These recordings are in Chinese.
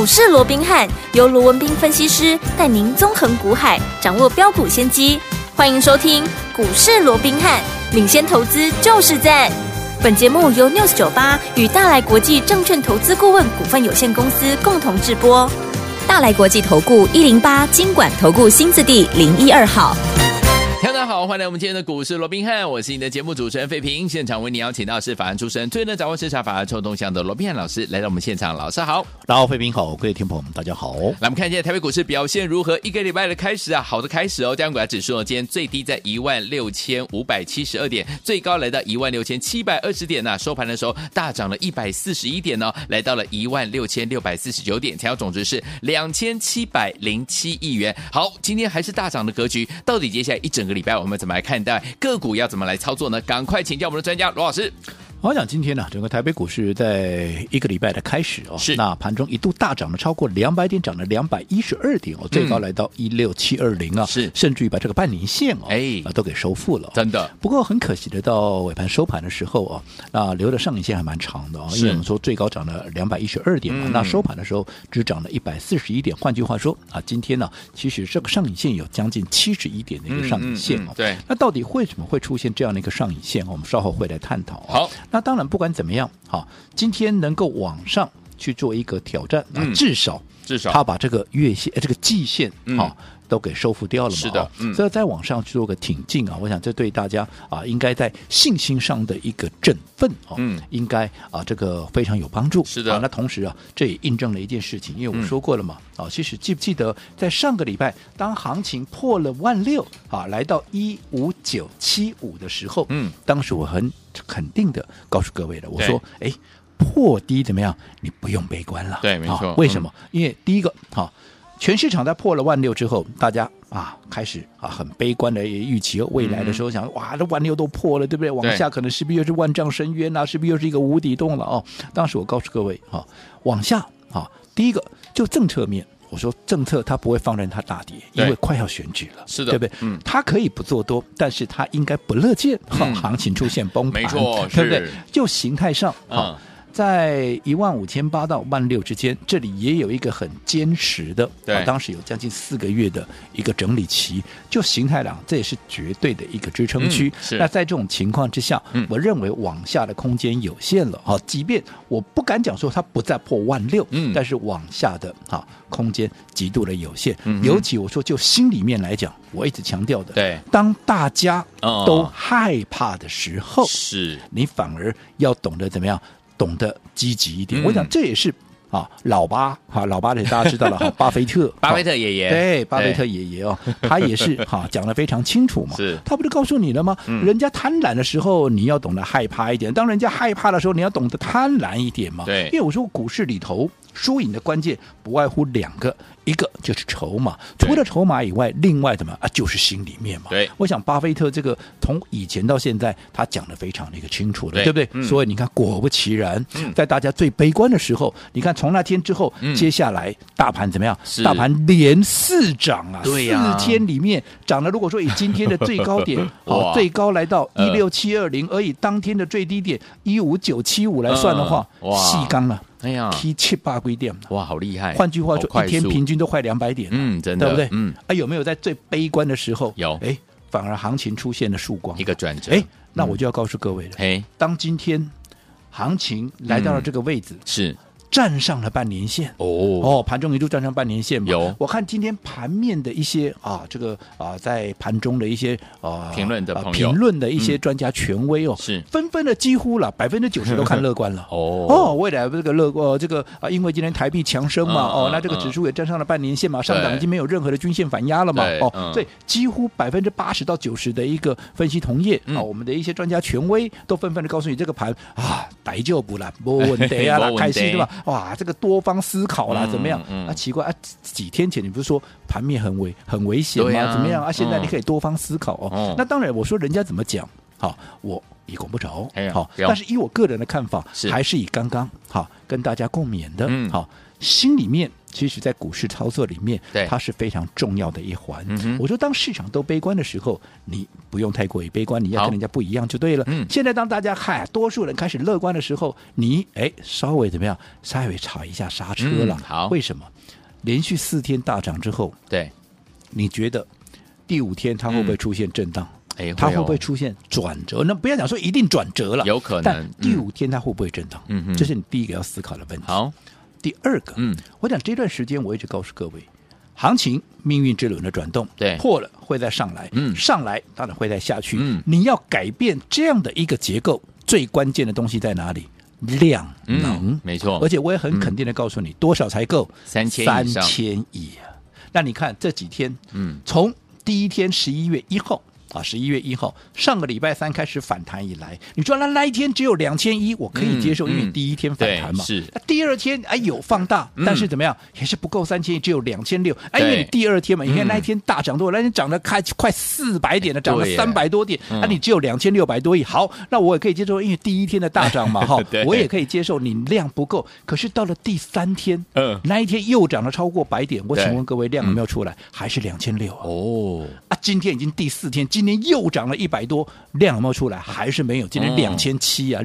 市罗宾汉由罗文彬分析师带您纵横股海，掌握标股先机。欢迎收听股市罗宾汉，领先投资就是赞。本节目由 News98 与大来国际证券投资顾问股份有限公司共同制播。大来国际投顾108金管投顾新字第012号。 大家好，欢迎来我们今天的股市罗宾汉，我是你的节目主持人费平。现场为你邀请到是法案出身、最能掌握市场法案臭动向的罗宾汉老师来到我们现场。老师好。 然后费平好，各位听众朋友们大家好。 来我们看一下台北股市表现如何，一个礼拜的开始啊，好的开始哦。加权股价指数今天最低在16572点，最高来到16720点收盘的时候大涨了141点来到了16649点，成交总值是2707亿元。好，今天还是大涨的格局，到底接下来一整个礼拜我们怎么来看待个股，要怎么来操作呢？赶快请教我们的专家罗老师。 我想今天呢，整个台北股市在一个礼拜的开始是那盘中一度大涨了超过200点，涨了212点最高来到16720 是， 甚至于把这个半年线都给收复了真的。 不过很可惜的，到尾盘收盘的时候那留的上影线还蛮长的因为我们说最高涨了212点嘛，那收盘的时候只涨了141点。换句话说今天呢，其实这个上影线有将近71点的一个上影线对。 那到底为什么会出现这样的一个上影线？我们稍后会来探讨好。 那当然，不管怎么样，今天能够往上去做一个挑战，至少他把这个月线、这个季线都给收复掉了嘛。 是的， 所以在往上去做个挺进我想这对大家应该在信心上的一个振奋应该这个非常有帮助。 是的， 那同时这也印证了一件事情，因为我说过了嘛，其实记不记得在上个礼拜，当行情破了16000来到15975的时候，当时我很肯定的告诉各位了，我说，破低怎么样？你不用悲观了。 对，没错。 为什么？因为第一个，全市场在破了16000之后，大家开始很悲观的预期，未来的时候想，哇，这16000都破了，对不对？往下可能是不是又是万丈深渊是不是又是一个无底洞了当时我告诉各位往下第一个就政策面。我说政策它不会放任它大跌，因为快要选举了， 是的， 对不对？它可以不做多，但是它应该不乐见行情出现崩盘， 没错， 对不对？就形态上在15800到16000之间，这里也有一个很坚实的，当时有将近4个月的一个整理期，就形态上这也是绝对的一个支撑区。那在这种情况之下，我认为往下的空间有限了即便我不敢讲说它不再破16000但是往下的空间极度的有限。尤其我说就心里面来讲，我一直强调的， 对， 当大家都害怕的时候， 是你反而要懂得怎么样，懂得积极一点。我想这也是老巴的大家知道了巴菲特爷爷， 对，巴菲特爷爷他也是讲得非常清楚嘛。 是， 他不是告诉你了吗？人家贪婪的时候你要懂得害怕一点，当人家害怕的时候你要懂得贪婪一点嘛。 对， 因为我说股市里头输赢的关键不外乎2个，一个就是筹码，除了筹码以外，另外怎么就是心里面嘛。 对， 我想巴菲特这个从以前到现在他讲得非常的一个清楚了，对不对？所以你看果不其然，在大家最悲观的时候，你看从那天之后，接下来大盘怎么样？大盘连4涨对呀， 4天里面涨了，如果说以今天的最高点最高来到16720，而以当天的最低点15975来算的话，细刚了。T 7-8归点， 哇，好厉害！ 换句话说，一天平均都快200点， 真的， 对不对？有没有在最悲观的时候， 有？ 反而行情出现了曙光， 一个转折。 那我就要告诉各位了，当今天行情来到了这个位置， 是站上了半年线盘中一度站上半年线嘛。 有， 我看今天盘面的一些这个在盘中的一些评论的朋友， 评论的一些专家权威是纷纷的几乎了90%都看乐观了未来这个这个因为今天台币强升嘛那这个指数也站上了半年线嘛，上档已经没有任何的均线反压了嘛所以几乎80%到90%的一个分析同业我们的一些专家权威都纷纷的告诉你，这个盘大丈夫啦，没问题啦，开心对吧？哇，这个多方思考啦，怎么样？奇怪几天前你不是说盘面很危险吗？怎么样现在你可以多方思考那当然，我说人家怎么讲？我也管不着， 好， 但是以我个人的看法，还是以刚刚好跟大家共勉的，好，心里面其实在股市操作里面，它是非常重要的一环。我说当市场都悲观的时候，你不用太过于悲观，你要跟人家不一样就对了。现在当大家多数人开始乐观的时候，你稍微怎么样，稍微踩一下刹车了。 好， 为什么？连续4天大涨之后， 对， 你觉得第5天它会不会出现震荡？ 它会不会出现转折？那不要讲说一定转折了， 有可能。 但第5天它会不会震荡？这是你第一个要思考的问题。 好。 第二个，我讲这段时间我一直告诉各位，行情命运之轮的转动， 对， 破了会再上来，上来当然会再下去，你要改变这样的一个结构，最关键的东西在哪里？量能， 没错。 而且我也很肯定的告诉你，多少才够 ？3000 亿啊！那你看这几天，从第一天11月1号。11月1号，上个礼拜3开始反弹以来，你说那一天只有2100，我可以接受，因为第一天反弹嘛。 是。 第二天有放大，但是怎么样，也是不够3000，只有2600。因为你第二天嘛，你看那一天大涨多，那天涨了快400点了，涨了300多点，你只有2600多亿。好，那我也可以接受，因为第一天的大涨嘛，我也可以接受你量不够。可是到了第3天，那一天又涨了超过100点，我请问各位，量有没有出来？还是2600啊？ 哦， 今天已经第4天，今天又涨了100多，量有没有出来？还是没有。今天2700啊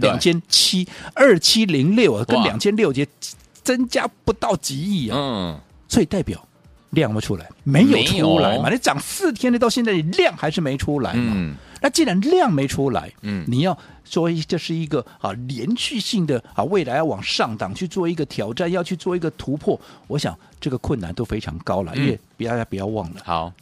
，2700，2706啊，跟2600节增加不到几亿啊。所以代表量有没有出来？没有出来嘛。你涨4天的到现在，你量还是没出来嘛。那既然量没出来，你要说这是一个连续性的未来要往上档去做一个挑战，要去做一个突破，我想这个困难都非常高了。因为大家不要忘了， 好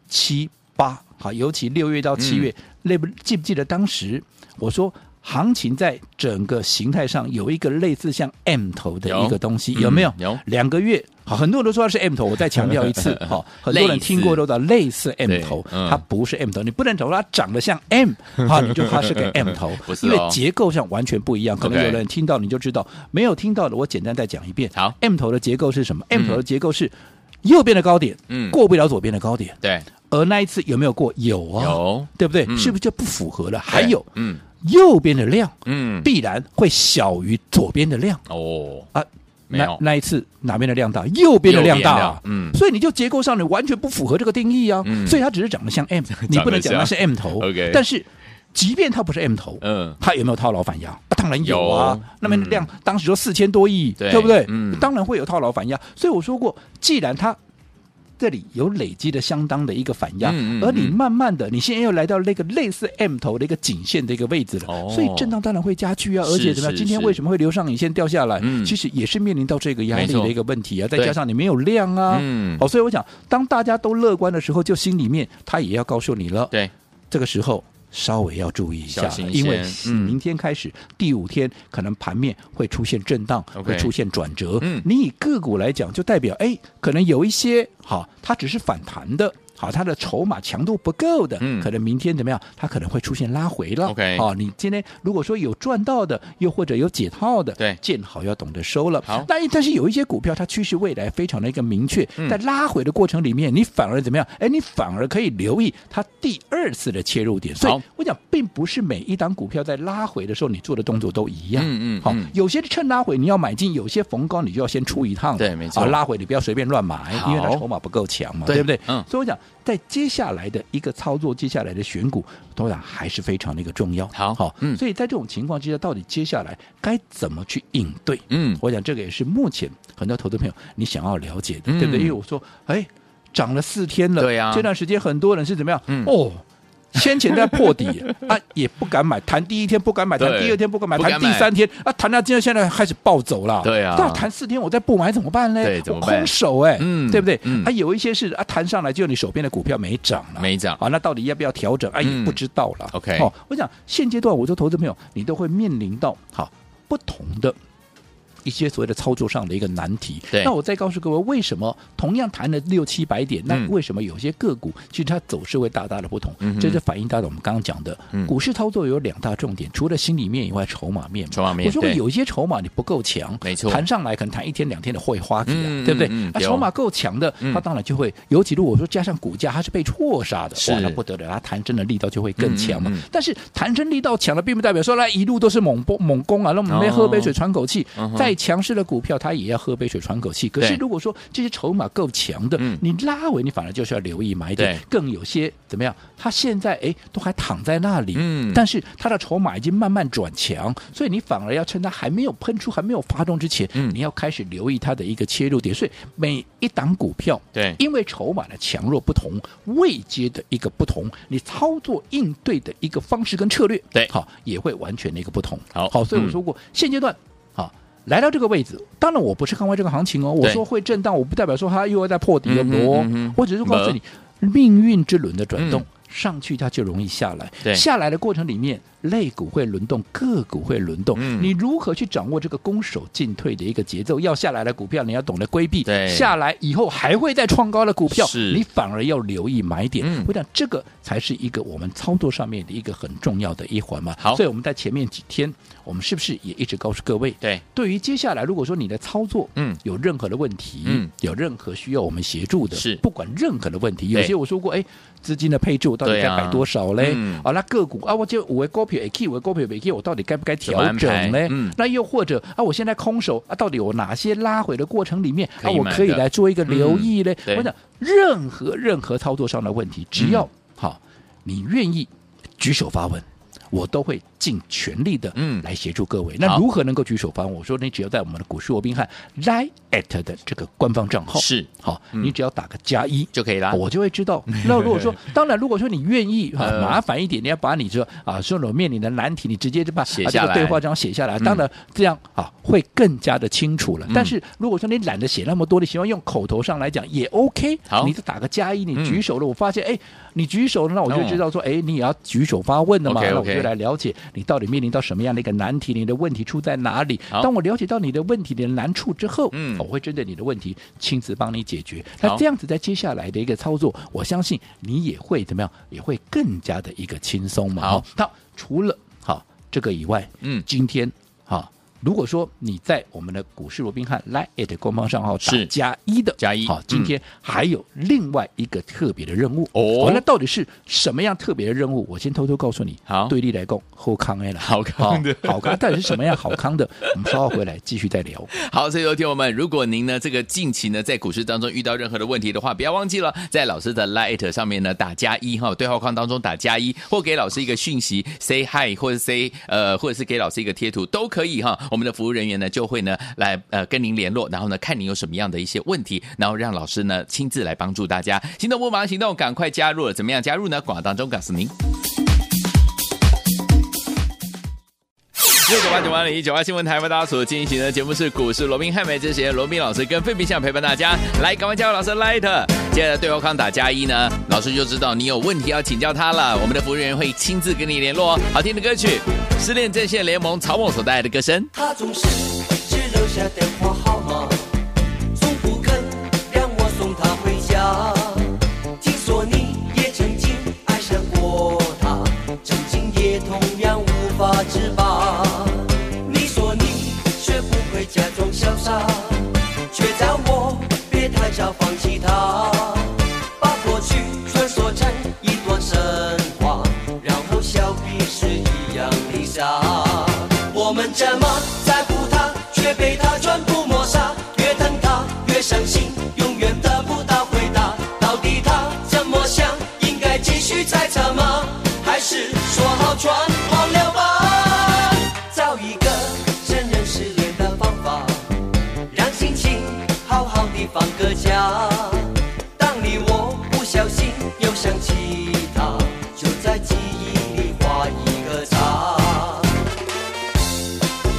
6、7、8，尤其6月到7月，记不记得当时我说行情在整个形态上有一个类似像 M 头的一个东西，有没有？2个月，很多人都说它是 M 头，我再强调一次，很多人听过都知道类似 M 头，它不是 M 头，你不能说它长得像 M， 你就它是个 M 头，因为结构上完全不一样。可能有人听到你就知道，没有听到的我简单再讲一遍。 好 ，M 头的结构是什么？M 头的结构是右边的高点，过不了左边的高点， 对。 而那一次有没有过？有啊， 有， 对不对？是不是就不符合了？还有，右边的量，必然会小于左边的量。那一次哪边的量大？右边的量大，所以你就结构上你完全不符合这个定义啊。所以它只是长得像 M， 你不能讲它是 M 头。但是即便它不是 M 头，它有没有套牢反压？当然有啊。那么量当时说4000多亿，对不对？当然会有套牢反压。所以我说过，既然它这里有累积的相当的一个反压，而你慢慢的，你现在又来到那个类似 M 头的一个颈线的一个位置了，所以震荡当然会加剧啊，而且怎么样？今天为什么会留上影线掉下来？其实也是面临到这个压力的一个问题啊，再加上你没有量啊，所以我讲，当大家都乐观的时候，就心里面他也要告诉你了， 对， 这个时候稍微要注意一下，因为明天开始第5天可能盘面会出现震荡，会出现转折。你以个股来讲，就代表可能有一些它只是反弹的。它的筹码强度不够的，可能明天怎么样？它可能会出现拉回了。你今天如果说有赚到的，又或者有解套的， 对， 见好要懂得收了。 好， 但是有一些股票，它趋势未来非常的一个明确，在拉回的过程里面，你反而怎么样？你反而可以留意它第2次的切入点。所以我讲，并不是每一档股票在拉回的时候，你做的动作都一样。有些趁拉回你要买进，有些逢高你就要先出一趟。 对，没错。 拉回你不要随便乱买，因为它筹码不够强嘛，对不对？所以我讲，在接下来的一个操作，接下来的选股，当然还是非常的一个重要。 好， 所以在这种情况之下，到底接下来该怎么去应对？我想这个也是目前很多投资朋友你想要了解的，对不对？因为我说，涨了4天了， 对啊， 这段时间很多人是怎么样？先前在破底也不敢买，谈第1天不敢买，谈第2天不敢买，谈第3天谈到现在开始暴走了。 对啊， 那谈4天我再不买怎么办呢？ 对，怎么办？ 我空手对不对？有一些是谈上来就你手边的股票没涨了，那到底要不要调整？也不知道了。 OK，我讲现阶段我说投资朋友你都会面临到不同的一些所谓的操作上的一个难题。 对， 那我再告诉各位，为什么同样谈了600-700点，那为什么有些个股其实它走势会大大的不同？这是反映到我们刚刚讲的，股市操作有2大重点，除了心里面以外，筹码面。我说过有一些筹码你不够强， 没错， 弹上来可能弹1天2天的会花对不对？筹码够强的，它当然就会，尤其如果说加上股价它是被错杀的，哇，那不得了，它弹升的力道就会更强嘛。但是弹升力道强的，并不代表说它一路都是猛攻啊，那我们没喝杯水喘口气。再强势的股票，它也要喝杯水喘口气。可是如果说这些筹码够强的，你拉回，你反而就是要留意买点。更有些怎么样？它现在都还躺在那里，但是它的筹码已经慢慢转强，所以你反而要趁它还没有喷出、还没有发动之前，你要开始留意它的一个切入点。所以每一档股票， 对， 因为筹码的强弱不同，位阶的一个不同，你操作应对的一个方式跟策略， 对， 好，也会完全的一个不同。 好， 所以我说过，现阶段，好。来到这个位置，当然我不是看坏这个行情哦。我说会震荡，我不代表说它又要再破底了我只是告诉你，命运之轮的转动，上去它就容易下来。下来的过程里面，类股会轮动，个股会轮动。你如何去掌握这个攻守进退的一个节奏？要下来的股票，你要懂得规避；下来以后还会再创高的股票，你反而要留意买点。我想这个才是一个我们操作上面的一个很重要的一环嘛。所以我们在前面几天，我们是不是也一直告诉各位，对于接下来如果说你的操作有任何的问题，有任何需要我们协助的，不管任何的问题，有些我说过，资金的配置我到底该摆多少嘞？那个股我就5位股票 A K， 5位股票 B K， 我到底该不该调整嘞？那又或者我现在空手到底有哪些拉回的过程里面我可以来做一个留意嘞？我想任何操作上的问题，只要你愿意举手发问，我都会尽全力的来协助各位。那如何能够举手发问？我说你只要在我们的股市罗宾汉 Line@ 的这个官方账号是好，你只要打个+1 就可以了， 我就会知道。那如果说当然如果说你愿意麻烦一点，你要把你说所面临的难题，你直接就把写下来， 对话这样写下来，当然这样会更加的清楚了。但是如果说你懒得写那么多，你喜欢用口头上来讲也 OK， 你就打个+1，你举手了，我发现你举手了，那我就知道说你也要举手发问了嘛。那我就来了解你到底面临到什么样的一个难题，你的问题出在哪里。当我了解到你的问题的难处之后，我会针对你的问题亲自帮你解决。那这样子在接下来的一个操作，我相信你也会怎么样，也会更加的一个轻松嘛。好，除了这个以外，今天如果说你在我们的股市罗宾汉 Line@ 官方账号打+1的 +1， 今天还有另外一个特别的任务那到底是什么样特别的任务？我先偷偷告诉你。好，对你来讲好康的啦， 好康的， 好康到底是什么样好康的？我们稍后回来继续再聊。 好，所以昨天我们，如果您呢这个近期呢在股市当中遇到任何的问题的话，不要忘记了在老师的 Line@ 上面呢打+1对话框当中打+1，或给老师一个讯息 say hi， 或者 say 或者是给老师一个贴图都可以我们的服务人员呢就会呢来跟您联络，然后呢看您有什么样的一些问题，然后让老师呢亲自来帮助大家。行动不忙行动，赶快加入了。怎么样加入呢？广告当中告诉您。698-981-988新闻台为大家所进行的节目是股市罗宾汉，美之时罗宾老师跟费比相陪伴大家，来赶快加入老师 Light， 接着对话框打+1呢，老师就知道你有问题要请教他了，我们的服务人员会亲自跟你联络。好听的歌曲，失恋阵线联盟曹猛所带来的歌声。 他总是只留下电话号码，从不肯让我送他回家。听说你也曾经爱上过他，曾经也同样无法自拔。你说你学不会假装潇洒，却叫我别太早放弃他，把过去传说成一段神话，然后笑彼是一样的傻。我们这么在乎他，却被他全部抹杀，越疼他越伤心，永远得不到回答。到底他怎么想？应该继续猜测吗？还是说好全忘了吧？找一个承认失恋的方法，让心情好好地放个假。当你我不小心又想起他，就在记忆里画一个叉。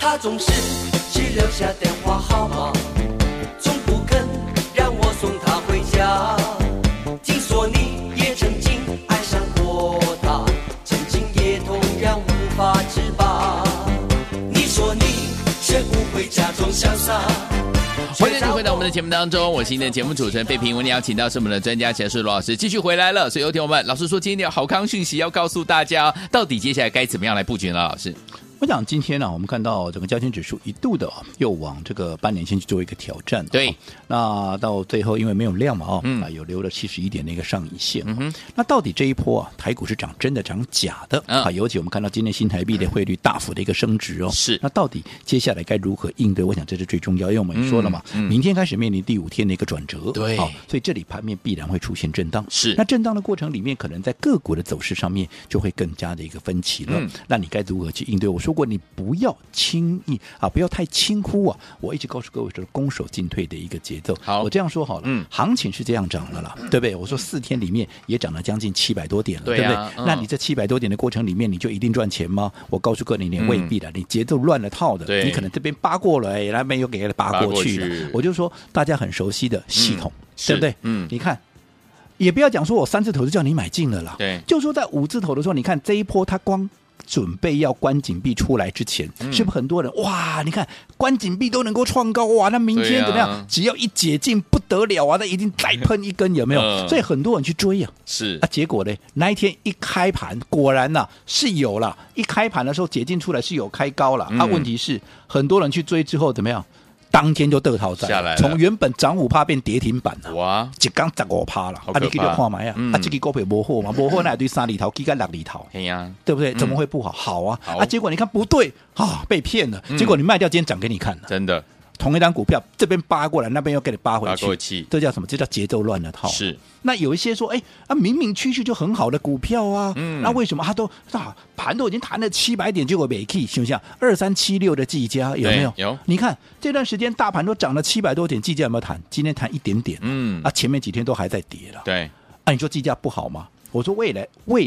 他总是只留下电话号码，从不肯让我送他回家。听说你也曾经爱上过他，曾经也同样无法自拔。你说你学不会假装潇洒。 欢迎你回到我们的节目当中，我是今天的节目主持人费平。我们邀请到是我们的专家乔世罗老师继续回来了，所以有听我们老师说今天有好康讯息要告诉大家，到底接下来该怎么样来布局呢？老师， 我想今天呢，我们看到整个加权指数一度的又往这个半年线去做一个挑战。 对， 那到最后因为没有量嘛，有留了71点的一个上影线。那到底这一波台股是涨真的涨假的？尤其我们看到今天新台币的汇率大幅的一个升值哦。 是， 那到底接下来该如何应对？我想这是最重要，因为我们也说了嘛，明天开始面临第5天的一个转折。 对， 所以这里盘面必然会出现震荡。 是， 那震荡的过程里面，可能在个股的走势上面就会更加的一个分歧了。那你该如何去应对？我说过，你不要轻易不要太轻忽啊！我一直告诉各位，就是攻守进退的一个节奏。 好， 我这样说好了，行情是这样涨了啦，对不对？我说4天里面也涨了将近700多点了，对不对？那你这700多点的过程里面，你就一定赚钱吗？我告诉各位，你未必的，你节奏乱了套的，你可能这边扒过了，那边又给它扒过去了。我就说大家很熟悉的系统，对不对？你看。也不要讲说我3字头就叫你买进了啦， 对， 就说在5字头的时候，你看这一波它光准备要关紧闭出来之前，是不是很多人哇？你看关紧闭都能够创高哇，那明天怎么样？只要一解禁不得了啊，那一定再喷一根，有没有？所以很多人去追啊， 是结果呢，那一天一开盘，果然是有了，一开盘的时候解禁出来是有开高了，问题是很多人去追之后怎么样？当天就得套在，从原本涨5%变跌停板了，哇！一刚15%了，你去看买这个股票没货嘛，没货那对3里头，几个6里头，对不对？怎么会不好？好啊，结果你看不对被骗了，结果你卖掉，今天涨给你看了， 真的。 同一张股票，这边扒过来，那边又给你扒回去，这叫什么？这叫节奏乱了套。 是。 那有一些说，明明趋势就很好的股票啊，那为什么它都盘都已经弹了700点，结果没 key， 行不行？2376的技嘉有没有？ 有。 你看这段时间大盘都涨了700多点，技嘉有没有弹？今天弹一点点，前面几天都还在跌了。 对。 你说技嘉不好吗？我说未来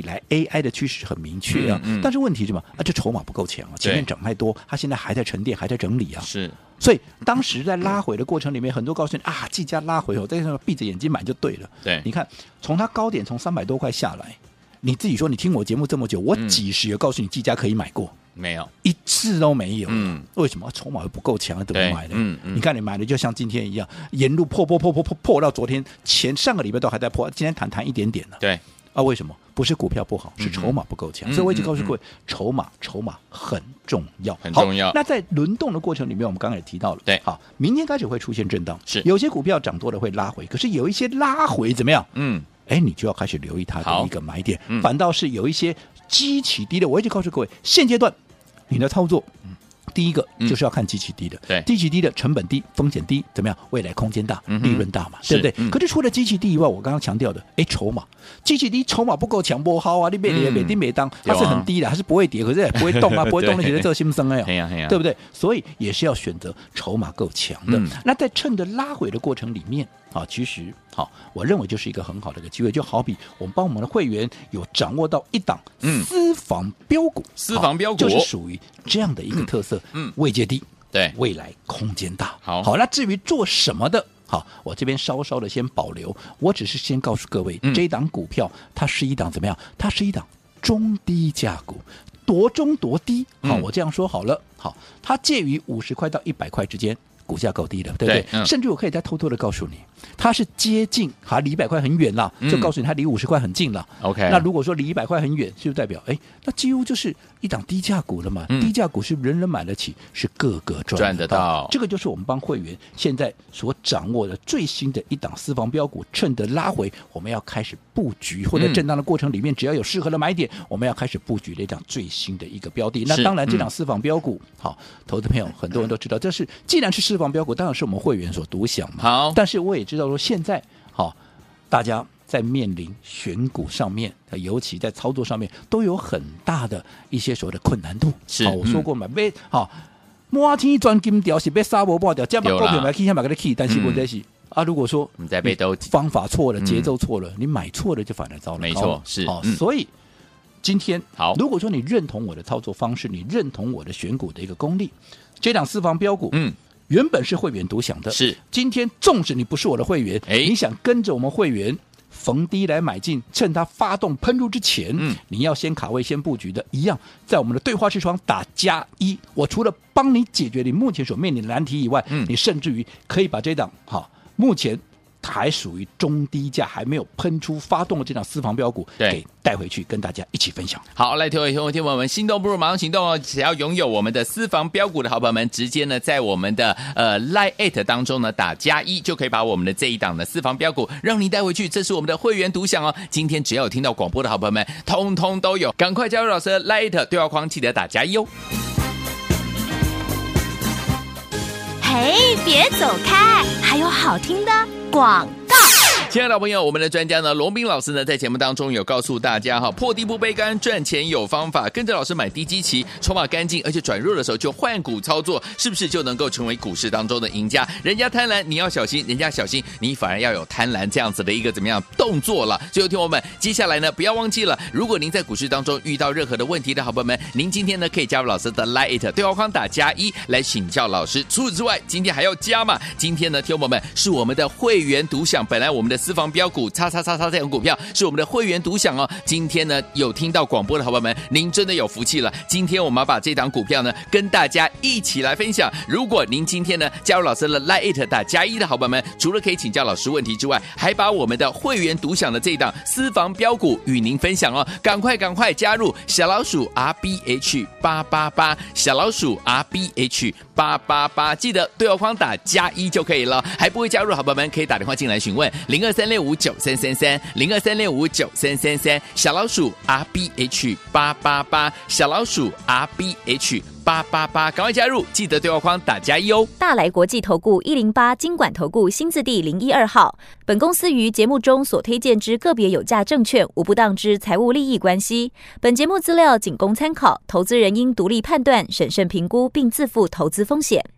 AI 的趋势很明确啊，但是问题是什么？这筹码不够强啊，前面涨太多，它现在还在沉淀，还在整理啊。 是。 所以当时在拉回的过程里面，很多告诉你技嘉拉回在那闭着眼睛买就对了。 对， 你看从它高点从300多块下来，你自己说你听我节目这么久，我几时有告诉你技嘉可以买过？ 没有， 一次都没有。为什么？筹码不够强，怎么买的？你看你买的就像今天一样，沿路破到昨天上个礼拜都还在破，今天弹一点点了。 对。 为什么？不是股票不好，是筹码不够强。所以我一直告诉各位，筹码很重要， 很重要。 那在轮动的过程里面，我们刚才也提到了， 对， 好，明天开始会出现震荡， 是有些股票涨多了会拉回，可是有一些拉回怎么样？你就要开始留意它的一个买点。反倒是有一些基期低的，我一直告诉各位，现阶段你的操作。第一个就是要看基期低的， 对， 基期低的成本低，风险低，怎么样？未来空间大，利润大嘛，对不对？可是除了基期低以外，我刚刚强调的，筹码，基期低，筹码不够强，不好啊，你每低每当，它是很低的，它是不会跌，可是也不会动啊，不会动，你觉得这个心声对不对？所以也是要选择筹码够强的。那在趁着拉回的过程里面。其实我认为就是一个很好的一个机会，就好比我们帮我们的会员有掌握到一档私房标股， 私房标股就是属于这样的一个特色，位阶低， 对， 未来空间大。 好， 那至于做什么的，我这边稍稍的先保留，我只是先告诉各位，这一档股票它是一档怎么样？它是一档中低价股。多中多低？我这样说好了，它介于50块到100块之间。股价够低了，对不对？甚至我可以再偷偷的告诉你，它是接近离100块很远了，就告诉你它离50块很近了。 OK， 那如果说离100块很远，是不是代表那几乎就是一档低价股了嘛？低价股是人人买得起，是个个赚得到。这个就是我们帮会员现在所掌握的最新的一档私房标股，趁着拉回，我们要开始布局，或者震荡的过程里面，只要有适合的买点，我们要开始布局的一档最新的一个标的。那当然，这档私房标股，投资朋友很多人都知道，这是既然是私房标股，当然是我们会员所独享嘛。 好， 但是我也知道说现在大家在面临选股上面，尤其在操作上面，都有很大的一些所谓的困难度。我说过嘛，摸天钻金条是被杀无爆掉，这样把股票买起，买个的 key， 但是问题是如果说你在被兜方法错了，节奏错了，你买错了就反而糟了。 没错，是。 所以今天好， 如果说你认同我的操作方式，你认同我的选股的一个功力，这档私房标股，原本是会员独享的， 是今天纵使你不是我的会员，你想跟着我们会员逢低来买进，趁它发动喷出之前，你要先卡位先布局的，一样在我们的对话视窗打+1，我除了帮你解决你目前所面临的难题以外，你甚至于可以把这档目前还属于中低价还没有喷出发动的这档私房标股给带回去跟大家一起分享。 好，来，听众朋友们，心动不如马上行动哦！只要拥有我们的私房标股的好朋友们，直接呢在我们的Line@ 当中呢打+1，就可以把我们的这一档的私房标股让你带回去，这是我们的会员独享哦。今天只要有听到广播的好朋友们，通通都有，赶快加入老师的 Line@ 对话框，记得打+1哦。 嘿，别走开，还有好听的广告。 亲爱的朋友，我们的专家呢，罗宾老师呢，在节目当中有告诉大家破低不悲观，赚钱有方法，跟着老师买低基期，筹码干净，而且转弱的时候就换股操作，是不是就能够成为股市当中的赢家？人家贪婪，你要小心；人家小心，你反而要有贪婪这样子的一个怎么样动作了？所以，听我们接下来呢，不要忘记了，如果您在股市当中遇到任何的问题的好朋友们，您今天呢可以加入老师的 Line@ 对话框打+1来请教老师。除此之外，今天还要加码，今天呢，听我们是我们的会员独享，本来我们的私房标股叉这种股票是我们的会员独享哦。今天呢有听到广播的好朋友们，您真的有福气了。今天我们要把这档股票呢跟大家一起来分享。如果您今天呢加入老师的 Line@ 打+1的好朋友们，除了可以请教老师问题之外，还把我们的会员独享的这一档私房标股与您分享哦。赶快加入小老鼠 RBH888， 小老鼠 RBH888， 记得对话框打+1就可以了。还不会加入的好朋友们可以打电话进来询问0236593333 0236593333，小老鼠 RBH888， 小老鼠 RBH888， 赶快加入，记得对话框打+1哦。 大来国际投顾108金管投顾新字第012号，本公司于节目中所推荐之个别有价证券无不当之财务利益关系，本节目资料仅供参考，投资人应独立判断、审慎评估并自负投资风险。